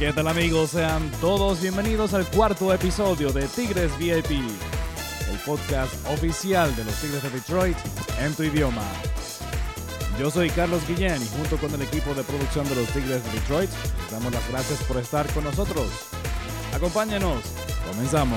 ¿Qué tal, amigos? Sean todos bienvenidos al cuarto episodio de Tigres VIP, el podcast oficial de los Tigres de Detroit en tu idioma. Yo soy Carlos Guillén y junto con el equipo de producción de los Tigres de Detroit les damos las gracias por estar con nosotros. Acompáñenos, comenzamos.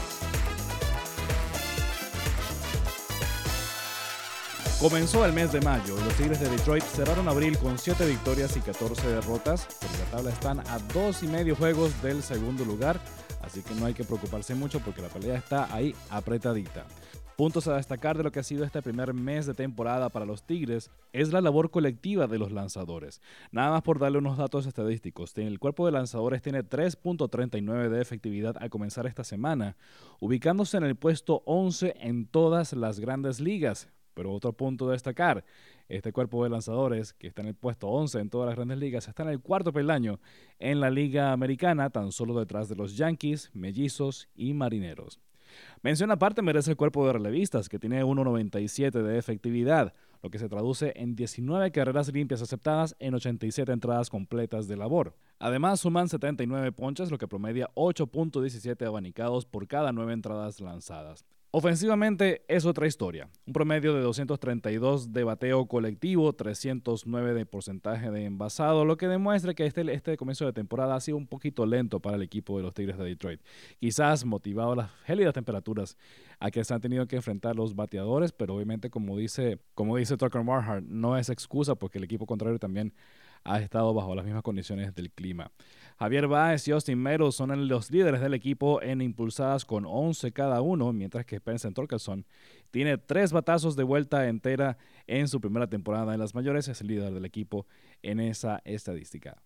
Comenzó el mes de mayo y los Tigres de Detroit cerraron abril con 7 victorias y 14 derrotas, pero en la tabla están a 2,5 juegos del segundo lugar, así que no hay que preocuparse mucho porque la pelea está ahí apretadita. Puntos a destacar de lo que ha sido este primer mes de temporada para los Tigres es la labor colectiva de los lanzadores. Nada más por darle unos datos estadísticos. El cuerpo de lanzadores tiene 3.39 de efectividad al comenzar esta semana, ubicándose en el puesto 11 en todas las grandes ligas. Pero otro punto a destacar, este cuerpo de lanzadores, que está en el puesto 11 en todas las grandes ligas, está en el cuarto peldaño en la Liga Americana, tan solo detrás de los Yankees, Mellizos y Marineros. Mención aparte merece el cuerpo de relevistas, que tiene 1.97 de efectividad, lo que se traduce en 19 carreras limpias aceptadas en 87 entradas completas de labor. Además, suman 79 ponches, lo que promedia 8.17 abanicados por cada 9 entradas lanzadas. Ofensivamente es otra historia, un promedio de 232 de bateo colectivo, 309 de porcentaje de envasado, lo que demuestra que este comienzo de temporada ha sido un poquito lento para el equipo de los Tigres de Detroit. Quizás motivado a las gélidas temperaturas a que se han tenido que enfrentar los bateadores, pero obviamente como dice Tucker Marhart, no es excusa porque el equipo contrario también ha estado bajo las mismas condiciones del clima. Javier Báez y Austin Meadows son los líderes del equipo en impulsadas con 11 cada uno, mientras que Spencer Torkelson tiene 3 batazos de vuelta entera en su primera temporada en las mayores. Es el líder del equipo en esa estadística.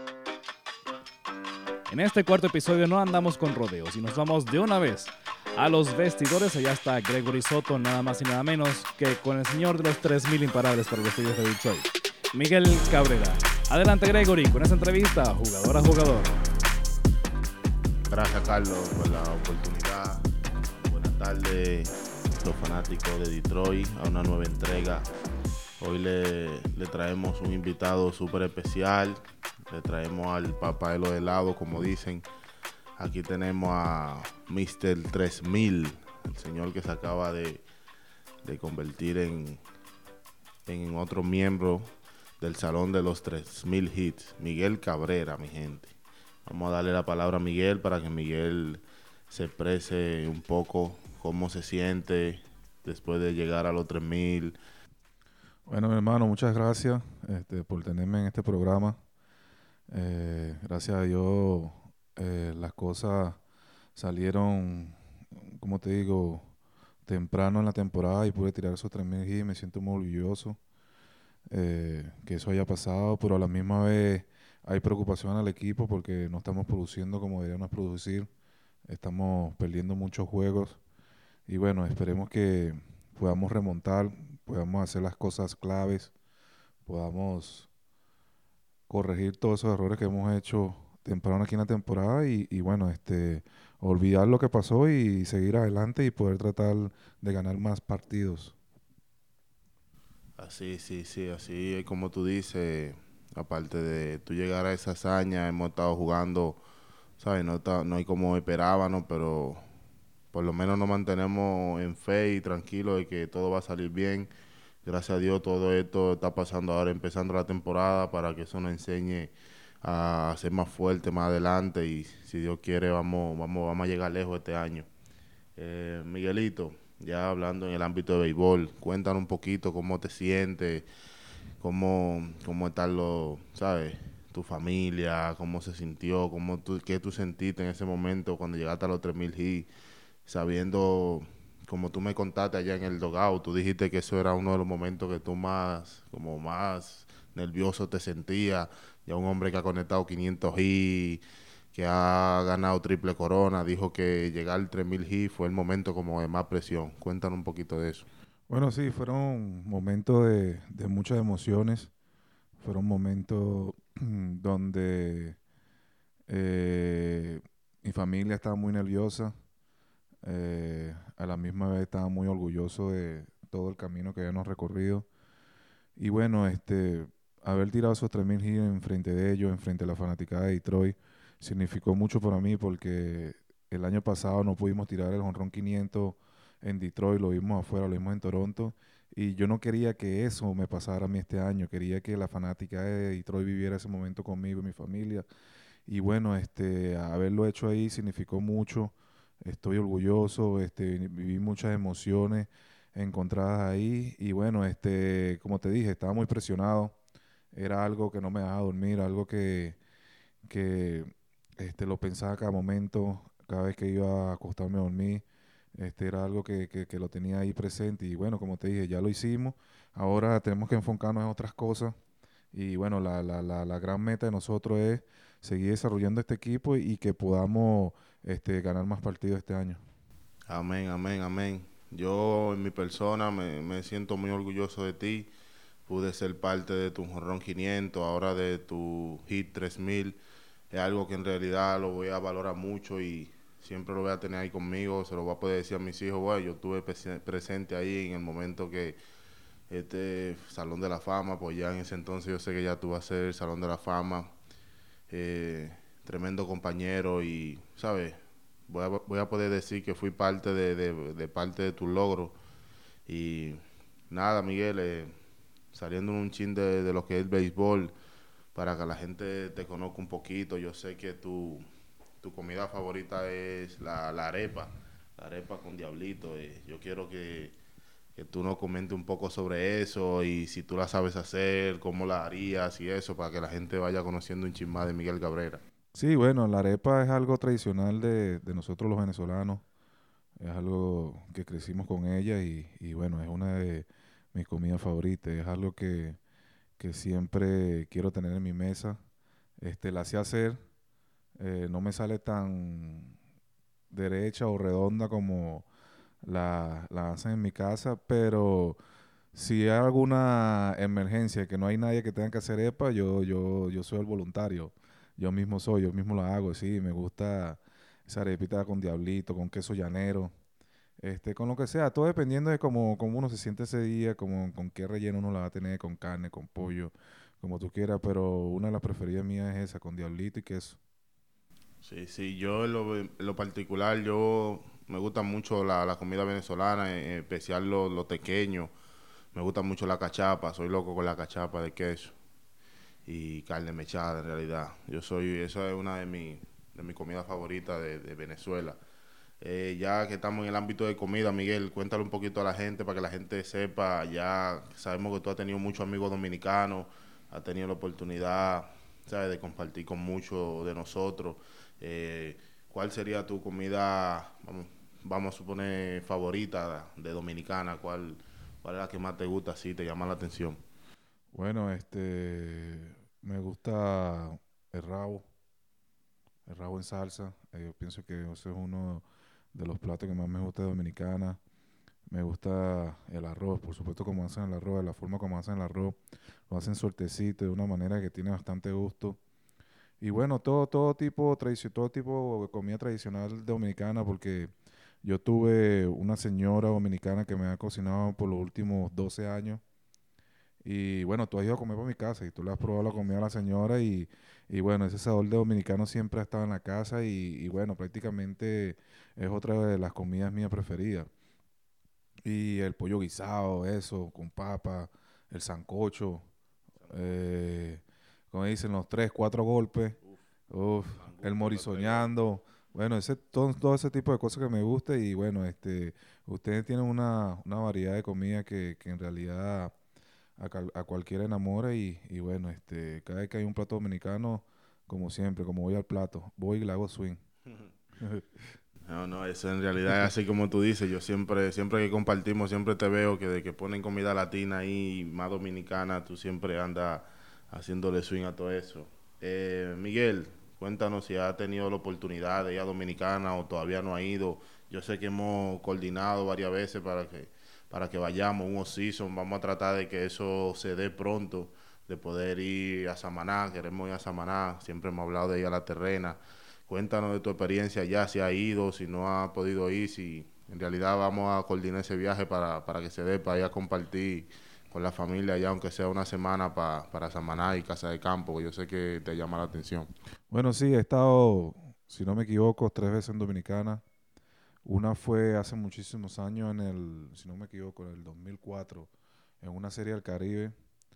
En este cuarto episodio no andamos con rodeos y nos vamos de una vez a los vestidores. Allá está Gregory Soto, nada más y nada menos que con el señor de los 3,000 imparables para los Tigres de Detroit, Miguel Cabrera. Adelante, Gregory, con esta entrevista, jugador a jugador. Gracias, Carlos, por la oportunidad. Buenas tardes, los fanáticos de Detroit, a una nueva entrega. Hoy le traemos un invitado súper especial. Le traemos al papá de los helados, como dicen. Aquí tenemos a Mr. 3000, el señor que se acaba de convertir en otro miembro del Salón de los 3000 Hits, Miguel Cabrera, mi gente. Vamos a darle la palabra a Miguel para que Miguel se exprese un poco cómo se siente después de llegar a los 3000. Bueno, mi hermano, muchas gracias por tenerme en este programa. Gracias a Dios las cosas salieron, como te digo, temprano en la temporada y pude tirar esos 3000 hits. Me siento muy orgulloso que eso haya pasado, pero a la misma vez hay preocupación al equipo porque no estamos produciendo como deberíamos producir. Estamos perdiendo muchos juegos y bueno, esperemos que podamos remontar, podamos hacer las cosas claves, podamos corregir todos esos errores que hemos hecho temprano aquí en la temporada y bueno, olvidar lo que pasó y seguir adelante y poder tratar de ganar más partidos. Así, sí, así es como tú dices. Aparte de tú llegar a esa hazaña, hemos estado jugando, ¿sabes? No hay como esperábamos, pero por lo menos nos mantenemos en fe y tranquilos de que todo va a salir bien. Gracias a Dios todo esto está pasando ahora, empezando la temporada, para que eso nos enseñe a ser más fuerte más adelante y si Dios quiere vamos a llegar lejos este año. Miguelito, ya hablando en el ámbito de béisbol, cuéntanos un poquito cómo te sientes, cómo están ¿sabes? Tu familia, cómo se sintió, qué tú sentiste en ese momento cuando llegaste a los 3000 hits, sabiendo, como tú me contaste allá en el dugout, tú dijiste que eso era uno de los momentos que tú más nervioso te sentías. Ya un hombre que ha conectado 500 hits, que ha ganado triple corona, dijo que llegar al 3000 hits fue el momento como de más presión. Cuéntanos un poquito de eso. Bueno, sí, fueron momentos de muchas emociones. Fueron momentos donde mi familia estaba muy nerviosa. A la misma vez estaba muy orgulloso de todo el camino que habíamos recorrido. Y bueno, haber tirado esos 3000 hits enfrente de ellos, enfrente de la fanaticada de Detroit, significó mucho para mí porque el año pasado no pudimos tirar el jonrón 500 en Detroit, lo vimos afuera, lo vimos en Toronto, y yo no quería que eso me pasara a mí este año, quería que la fanática de Detroit viviera ese momento conmigo y mi familia, y bueno, haberlo hecho ahí significó mucho, estoy orgulloso, viví muchas emociones encontradas ahí, y bueno, como te dije, estaba muy presionado, era algo que no me dejaba dormir, algo que lo pensaba cada momento, cada vez que iba a acostarme a dormir, era algo que lo tenía ahí presente y bueno, como te dije, ya lo hicimos, ahora tenemos que enfocarnos en otras cosas y bueno, la gran meta de nosotros es seguir desarrollando este equipo y que podamos ganar más partidos este año. Amén, amén, amén. Yo en mi persona me siento muy orgulloso de ti. Pude ser parte de tu jonrón 500, ahora de tu hit 3000. Es algo que en realidad lo voy a valorar mucho y siempre lo voy a tener ahí conmigo. Se lo voy a poder decir a mis hijos, bueno, yo estuve presente ahí en el momento que este Salón de la Fama, pues ya en ese entonces yo sé que ya tú vas a ser el Salón de la Fama. Tremendo compañero y, ¿sabes? Voy a poder decir que fui parte de parte de tu logro. Y nada, Miguel, saliendo un chin de lo que es el béisbol, para que la gente te conozca un poquito. Yo sé que tu comida favorita es la arepa con diablito. Yo quiero que tú nos comentes un poco sobre eso y si tú la sabes hacer, cómo la harías y eso, para que la gente vaya conociendo un chin más de Miguel Cabrera. Sí, bueno, la arepa es algo tradicional de nosotros los venezolanos, es algo que crecimos con ella y bueno, es una de mis comidas favoritas, es algo que siempre quiero tener en mi mesa. La sé hacer, no me sale tan derecha o redonda como la hacen en mi casa, pero si hay alguna emergencia que no hay nadie que tenga que hacer arepa, yo soy el voluntario. Yo mismo la hago, sí, me gusta esa arepita con diablito, con queso llanero, con lo que sea, todo dependiendo de cómo uno se siente ese día, con qué relleno uno la va a tener, con carne, con pollo, como tú quieras, pero una de las preferidas mías es esa, con diablito y queso. Sí, sí, yo en lo particular, yo me gusta mucho la comida venezolana, en especial lo tequeño. Me gusta mucho la cachapa, soy loco con la cachapa de queso y carne mechada en realidad. Esa es una de mis comidas favoritas de Venezuela. Ya que estamos en el ámbito de comida, Miguel, cuéntale un poquito a la gente para que la gente sepa, ya sabemos que tú has tenido muchos amigos dominicanos, has tenido la oportunidad, ¿sabes?, de compartir con muchos de nosotros. ¿Cuál sería tu comida, vamos a suponer, favorita de dominicana? ¿Cuál es la que más te gusta, si te llama la atención? Bueno, me gusta el rabo, el rabo en salsa. Yo pienso que ese es uno de los platos que más me gusta de Dominicana. Me gusta el arroz, por supuesto como hacen el arroz, de la forma como hacen el arroz. Lo hacen suertecito, de una manera que tiene bastante gusto. Y bueno, todo tipo de comida tradicional dominicana, porque yo tuve una señora dominicana que me ha cocinado por los últimos 12 años. Y bueno, tú has ido a comer por mi casa y tú le has probado la comida a la señora y bueno, ese sabor de dominicano siempre ha estado en la casa y bueno, prácticamente es otra de las comidas mías preferidas. Y el pollo guisado, eso, con papa, el sancocho, eh, como dicen, los tres, cuatro golpes, uf, el Gusto la pega. morisoñando, bueno, todo ese tipo de cosas que me gusta y bueno, ustedes tienen una variedad de comida que en realidad a cualquiera enamora y bueno, cada vez que hay un plato dominicano, como siempre, como voy al plato, voy y le hago swing. No, no, eso en realidad es así como tú dices. Yo siempre que compartimos, siempre te veo que de que ponen comida latina ahí, más dominicana, tú siempre andas haciéndole swing a todo eso. Miguel, cuéntanos si ha tenido la oportunidad de ir a Dominicana o todavía no ha ido. Yo sé que hemos coordinado varias veces para que vayamos un off-season. Vamos a tratar de que eso se dé pronto, de poder ir a Samaná. Queremos ir a Samaná. Siempre hemos hablado de ir a La Terrena. Cuéntanos de tu experiencia ya, si ha ido, si no ha podido ir, si en realidad vamos a coordinar ese viaje para que se dé, para ir a compartir la familia ya, aunque sea una semana para Samaná y Casa de Campo, que yo sé que te llama la atención. Bueno, sí, he estado, si no me equivoco, 3 veces en Dominicana. Una fue hace muchísimos años si no me equivoco, en el 2004, en una serie del Caribe.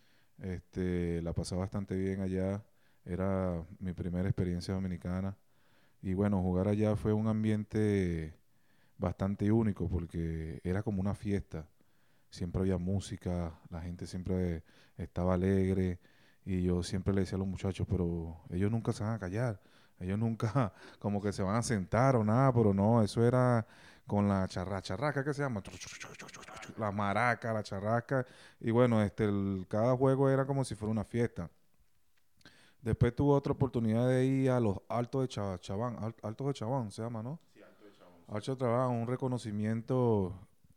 La pasé bastante bien allá. Era mi primera experiencia dominicana. Y bueno, jugar allá fue un ambiente bastante único porque era como una fiesta. Siempre había música, la gente siempre estaba alegre y yo siempre le decía a los muchachos, pero ellos nunca se van a callar, ellos nunca como que se van a sentar o nada, pero no, eso era con la charraca, ¿qué se llama? La maraca, la charraca, y bueno, cada juego era como si fuera una fiesta. Después tuve otra oportunidad de ir a los Altos de Chabán, Altos de Chabán se llama, ¿no? Sí, Alto de Chabón. Altos de Chabán, un reconocimiento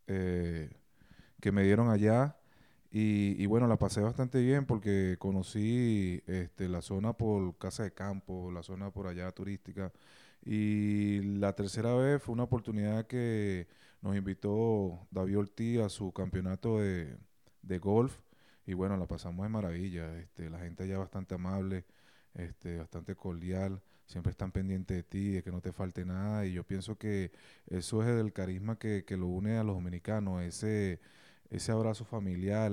que me dieron allá y bueno, la pasé bastante bien porque conocí la zona por Casa de Campo, la zona por allá turística y la tercera vez fue una oportunidad que nos invitó David Ortiz a su campeonato de golf y bueno, la pasamos de maravilla, la gente allá bastante amable, bastante cordial, siempre están pendientes de ti, de que no te falte nada y yo pienso que eso es el carisma que lo une a los dominicanos, ese abrazo familiar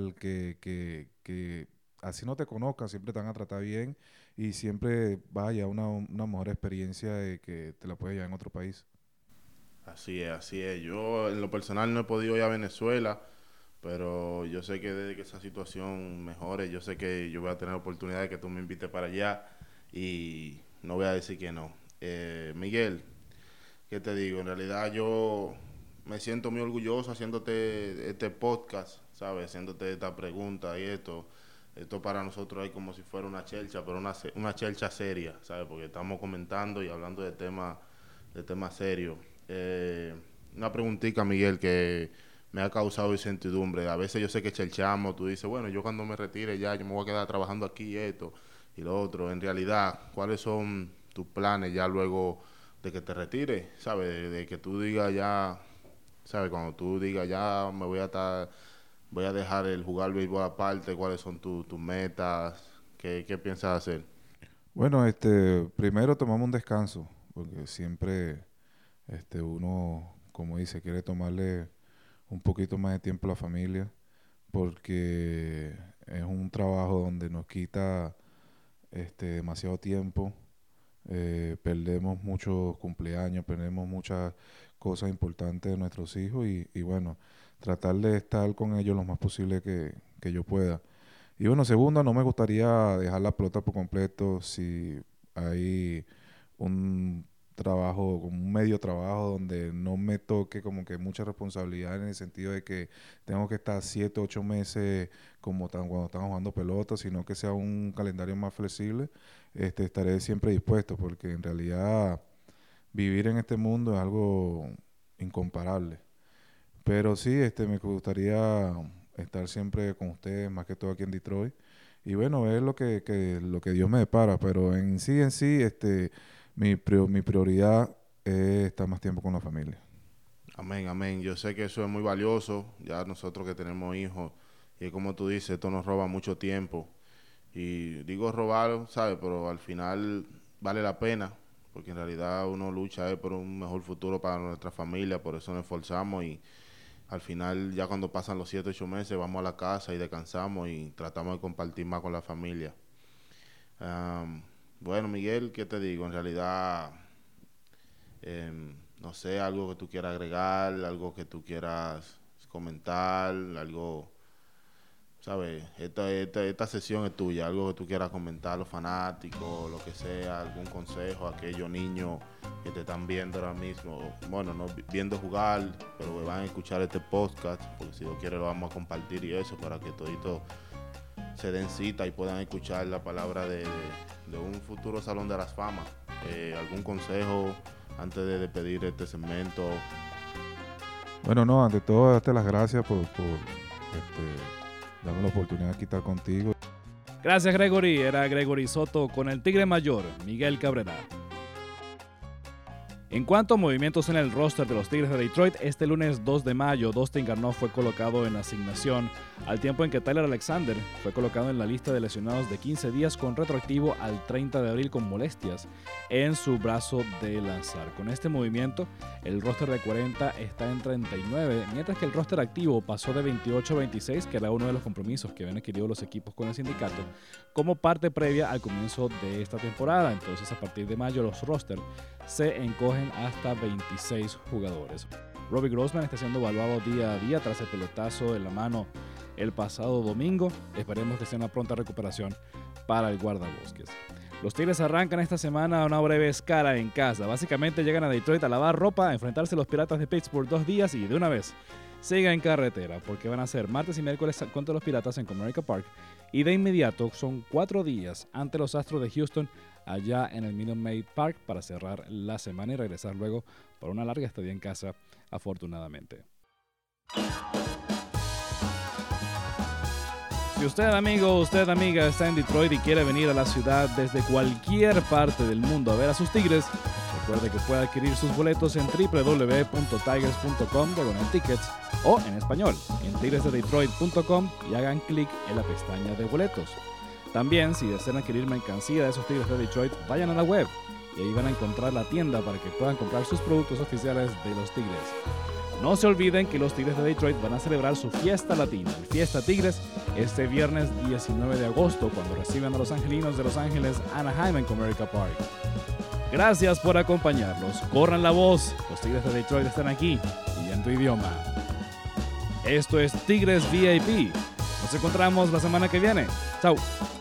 que así no te conozcan, siempre te van a tratar bien y siempre vaya una mejor experiencia de que te la puedes llevar en otro país. Así es, así es. Yo en lo personal no he podido ir a Venezuela, pero yo sé que desde que esa situación mejore, yo sé que yo voy a tener oportunidad de que tú me invites para allá y no voy a decir que no. Miguel, ¿qué te digo? En realidad yo me siento muy orgulloso haciéndote este podcast, ¿sabes? Haciéndote esta pregunta y esto para nosotros es como si fuera una chelcha, pero una chelcha seria, ¿sabes? Porque estamos comentando y hablando de temas serios. Una preguntita, Miguel, que me ha causado incertidumbre. A veces yo sé que chelchamos, tú dices, bueno, yo cuando me retire ya, yo me voy a quedar trabajando aquí esto y lo otro. En realidad, ¿cuáles son tus planes ya luego de que te retires? ¿Sabes? De que tú digas ya, ¿sabes? Cuando tú digas ya me voy a dejar el jugar béisbol aparte, ¿cuáles son tus metas? ¿Qué piensas hacer? Bueno, primero tomamos un descanso, porque siempre uno, como dice, quiere tomarle un poquito más de tiempo a la familia, porque es un trabajo donde nos quita demasiado tiempo, perdemos muchos cumpleaños, perdemos muchas cosas importantes de nuestros hijos y bueno, tratar de estar con ellos lo más posible que yo pueda. Y bueno, segundo, no me gustaría dejar la pelota por completo si hay un trabajo, como un medio trabajo donde no me toque como que mucha responsabilidad en el sentido de que tengo que estar 7, 8 meses como cuando estamos jugando pelota, sino que sea un calendario más flexible, estaré siempre dispuesto porque en realidad vivir en este mundo es algo incomparable. Pero sí, me gustaría estar siempre con ustedes, más que todo aquí en Detroit. Y bueno, ver lo que Dios me depara. Pero en sí, mi prioridad es estar más tiempo con la familia. Amén, amén. Yo sé que eso es muy valioso, ya nosotros que tenemos hijos, y como tú dices, esto nos roba mucho tiempo. Y digo robar, ¿sabes? Pero al final vale la pena, porque en realidad uno lucha por un mejor futuro para nuestra familia, por eso nos esforzamos y al final ya cuando pasan los 7, 8 meses vamos a la casa y descansamos y tratamos de compartir más con la familia. Bueno, Miguel, ¿qué te digo? En realidad, no sé, algo que tú quieras agregar, algo que tú quieras comentar, algo, ¿sabes? Esta sesión es tuya, algo que tú quieras comentar a los fanáticos, lo que sea, algún consejo a aquellos niños que te están viendo ahora mismo, bueno, no viendo jugar, pero que van a escuchar este podcast, porque si lo quieren lo vamos a compartir y eso, para que toditos se den cita y puedan escuchar la palabra de un futuro Salón de las Famas. ¿Algún consejo antes de despedir este segmento? Bueno, no, ante todo, darte las gracias por darme la oportunidad de estar contigo. Gracias, Gregory. Era Gregory Soto con el Tigre Mayor, Miguel Cabrera. En cuanto a movimientos en el roster de los Tigres de Detroit, este lunes 2 de mayo, Dustin Garneau fue colocado en asignación, al tiempo en que Tyler Alexander fue colocado en la lista de lesionados de 15 días con retroactivo al 30 de abril con molestias en su brazo de lanzar. Con este movimiento, el roster de 40 está en 39, mientras que el roster activo pasó de 28 a 26, que era uno de los compromisos que habían adquirido los equipos con el sindicato, como parte previa al comienzo de esta temporada. Entonces, a partir de mayo, los rosters se encogen hasta 26 jugadores. Robbie Grossman está siendo evaluado día a día tras el pelotazo en la mano el pasado domingo. Esperemos que sea una pronta recuperación para el guardabosques. Los Tigres arrancan esta semana una breve escala en casa. Básicamente llegan a Detroit a lavar ropa, a enfrentarse a los Piratas de Pittsburgh 2 días y de una vez sigan en carretera, porque van a ser martes y miércoles contra los Piratas en Comerica Park y de inmediato son 4 días ante los Astros de Houston allá en el Minute Maid Park para cerrar la semana y regresar luego por una larga estadía en casa, afortunadamente. Si usted, amigo, usted, amiga, está en Detroit y quiere venir a la ciudad desde cualquier parte del mundo a ver a sus Tigres, recuerde que puede adquirir sus boletos en www.tigers.com/tickets o en español en tigresdedetroit.com y hagan clic en la pestaña de boletos. También, si desean adquirir mercancía de esos Tigres de Detroit, vayan a la web y ahí van a encontrar la tienda para que puedan comprar sus productos oficiales de los Tigres. No se olviden que los Tigres de Detroit van a celebrar su fiesta latina, el Fiesta Tigres, este viernes 19 de agosto, cuando reciban a los angelinos de Los Ángeles, Anaheim en Comerica Park. Gracias por acompañarnos. Corran la voz, los Tigres de Detroit están aquí y en tu idioma. Esto es Tigres VIP. Nos encontramos la semana que viene. Chao.